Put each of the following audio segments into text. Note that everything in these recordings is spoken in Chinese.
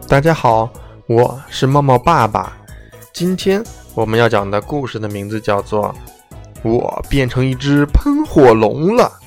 大家好，我是茂茂爸爸。今天我们要讲的故事的名字叫做我变成一只喷火龙了。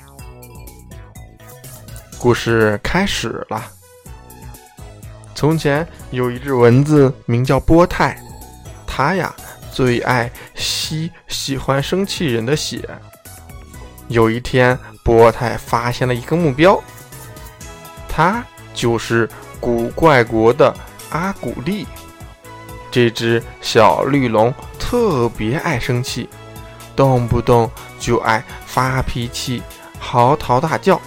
故事开始了。从前有一只蚊子名叫波泰，它呀最爱吸喜欢生气人的血。有一天，波泰发现了一个目标，它就是古怪国的阿古丽。这只小绿龙特别爱生气，动不动就爱发脾气，嚎啕大叫。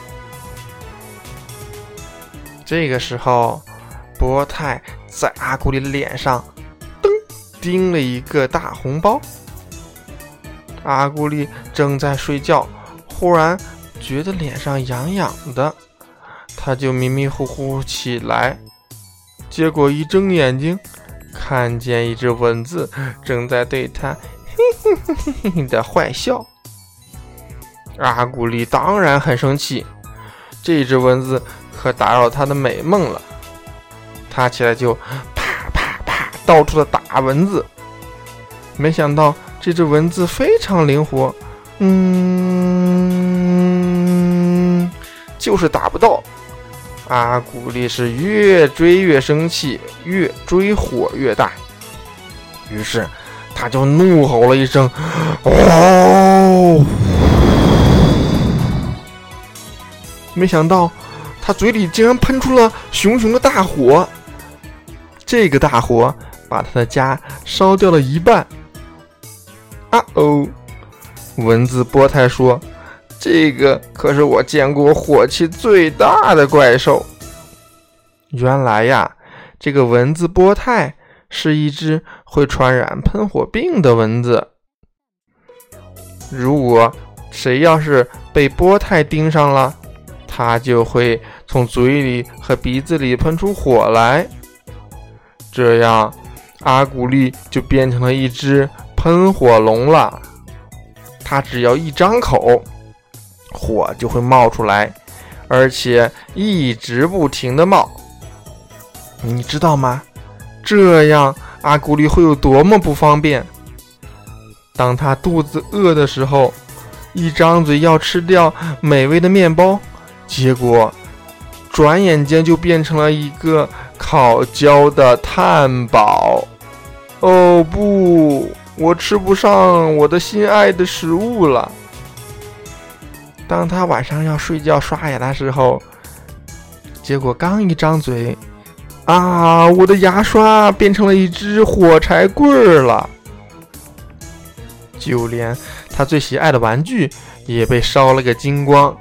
这个时候，波泰在阿古丽的脸上钉了一个大红包。阿古丽正在睡觉，忽然觉得脸上痒痒的，他就迷迷糊糊起来，结果一睁眼睛，看见一只蚊子正在对他嘿嘿嘿嘿嘿的坏笑。阿古丽当然很生气，这只蚊子可打扰他的美梦了。他起来就啪啪啪到处的打蚊子，没想到这只蚊子非常灵活，就是打不到。阿古丽是越追越生气，越追火越大，于是他就怒吼了一声，没想到他嘴里竟然喷出了熊熊的大火，这个大火把他的家烧掉了一半。蚊子波泰说，这个可是我见过火气最大的怪兽。原来呀，这个蚊子波泰是一只会传染喷火病的蚊子。如果谁要是被波泰盯上了，它就会从嘴里和鼻子里喷出火来。这样，阿古丽就变成了一只喷火龙了。它只要一张口，火就会冒出来，而且一直不停地冒。你知道吗？这样阿古丽会有多么不方便。当他肚子饿的时候，一张嘴要吃掉美味的面包，结果转眼间就变成了一个烤焦的炭堡。哦不，我吃不上我的心爱的食物了。当他晚上要睡觉刷牙的时候，结果刚一张嘴，我的牙刷变成了一只火柴棍了。就连他最喜爱的玩具也被烧了个精光。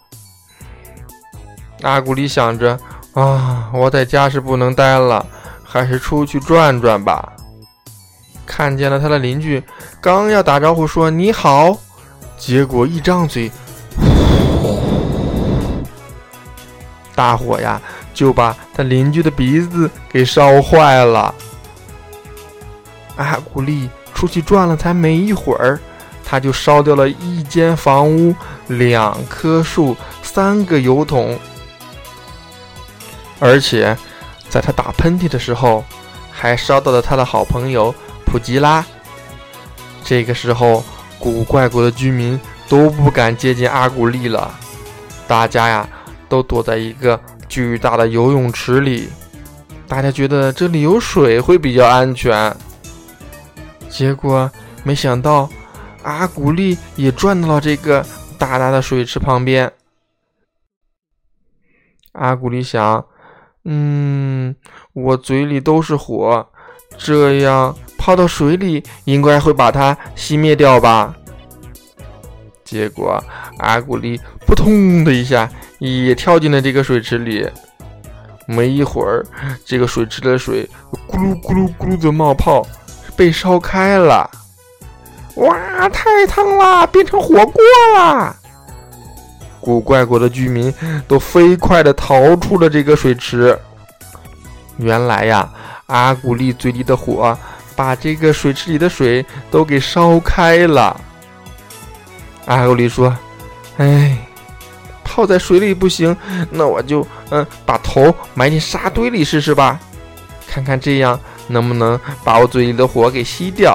阿古丽想着，我在家是不能待了，还是出去转转吧。看见了他的邻居，刚要打招呼说你好，结果一张嘴，大火呀就把他邻居的鼻子给烧坏了。阿古丽出去转了才没一会儿，他就烧掉了一间房屋、2棵树、3个油桶，而且在他打喷嚏的时候还烧到了他的好朋友普吉拉。这个时候古怪国的居民都不敢接近阿古丽了，大家呀都躲在一个巨大的游泳池里，大家觉得这里有水会比较安全。结果没想到阿古丽也转到了这个大大的水池旁边。阿古丽想，我嘴里都是火，这样泡到水里应该会把它熄灭掉吧。结果阿古丽扑通的一下也跳进了这个水池里。没一会儿，这个水池的水咕噜咕噜咕噜的冒泡，被烧开了。哇，太烫了，变成火锅了。古怪国的居民都飞快地逃出了这个水池。原来呀，阿古丽嘴里的火把这个水池里的水都给烧开了。阿古丽说，泡在水里不行，那我就把头埋进沙堆里试试吧。 看看这样能不能把我嘴里的火给吸掉。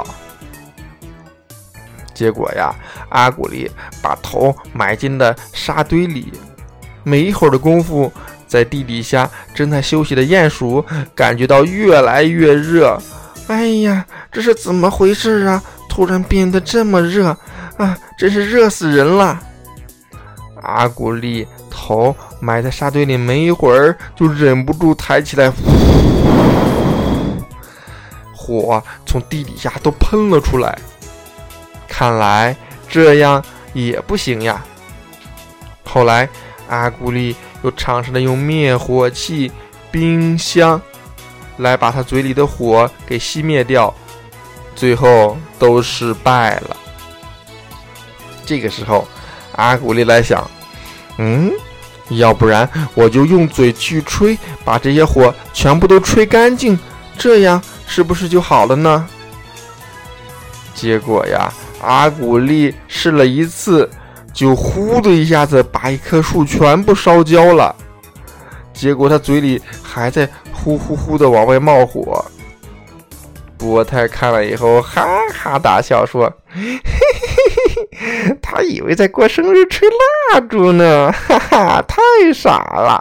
结果呀，阿古丽把头埋进了沙堆里，没一会儿的功夫，在地底下正在休息的鼹鼠感觉到越来越热。哎呀，这是怎么回事啊？突然变得这么热啊，真是热死人了。阿古丽头埋在沙堆里没一会儿，就忍不住抬起来，火从地底下都喷了出来。看来这样也不行呀。后来阿古丽又尝试了用灭火器、冰箱来把他嘴里的火给熄灭掉，最后都失败了。这个时候阿古丽来想，要不然我就用嘴去吹，把这些火全部都吹干净，这样是不是就好了呢？结果呀，阿古丽试了一次，就呼的一下子把一棵树全部烧焦了。结果他嘴里还在呼呼呼的往外冒火。波泰看了以后哈哈大笑说，嘿嘿嘿，他以为在过生日吹蜡烛呢，哈哈，太傻了。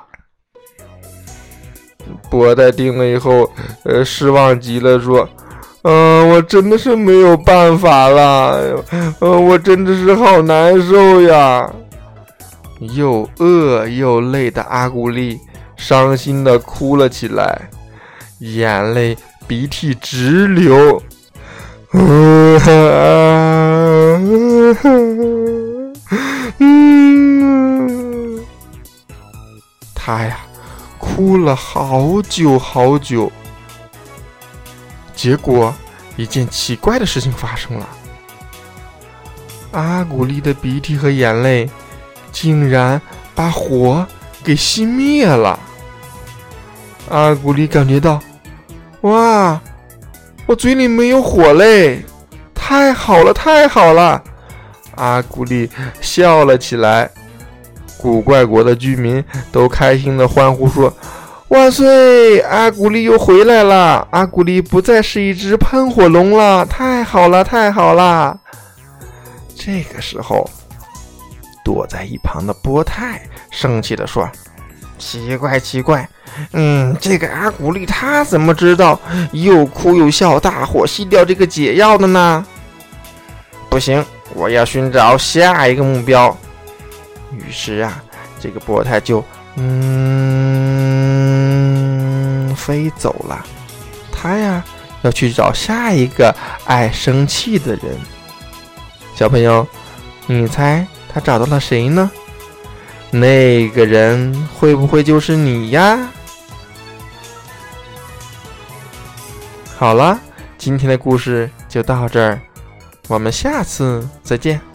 波泰听了以后失望极了，说，我真的是没有办法了，我真的是好难受呀。又饿又累的阿古丽伤心地哭了起来，眼泪鼻涕直流。他呀哭了好久好久。结果一件奇怪的事情发生了，阿古丽的鼻涕和眼泪竟然把火给熄灭了。阿古丽感觉到，哇，我嘴里没有火嘞，太好了太好了。阿古丽笑了起来。古怪国的居民都开心地欢呼说，万岁，阿古丽又回来了，阿古丽不再是一只喷火龙了，太好了太好了。这个时候躲在一旁的波泰生气地说，奇怪奇怪，这个阿古丽他怎么知道又哭又笑大火熄掉这个解药的呢？不行，我要寻找下一个目标。于是啊，这个波泰就飞走了。他呀要去找下一个爱生气的人。小朋友，你猜他找到了谁呢？那个人会不会就是你呀？好了，今天的故事就到这儿，我们下次再见。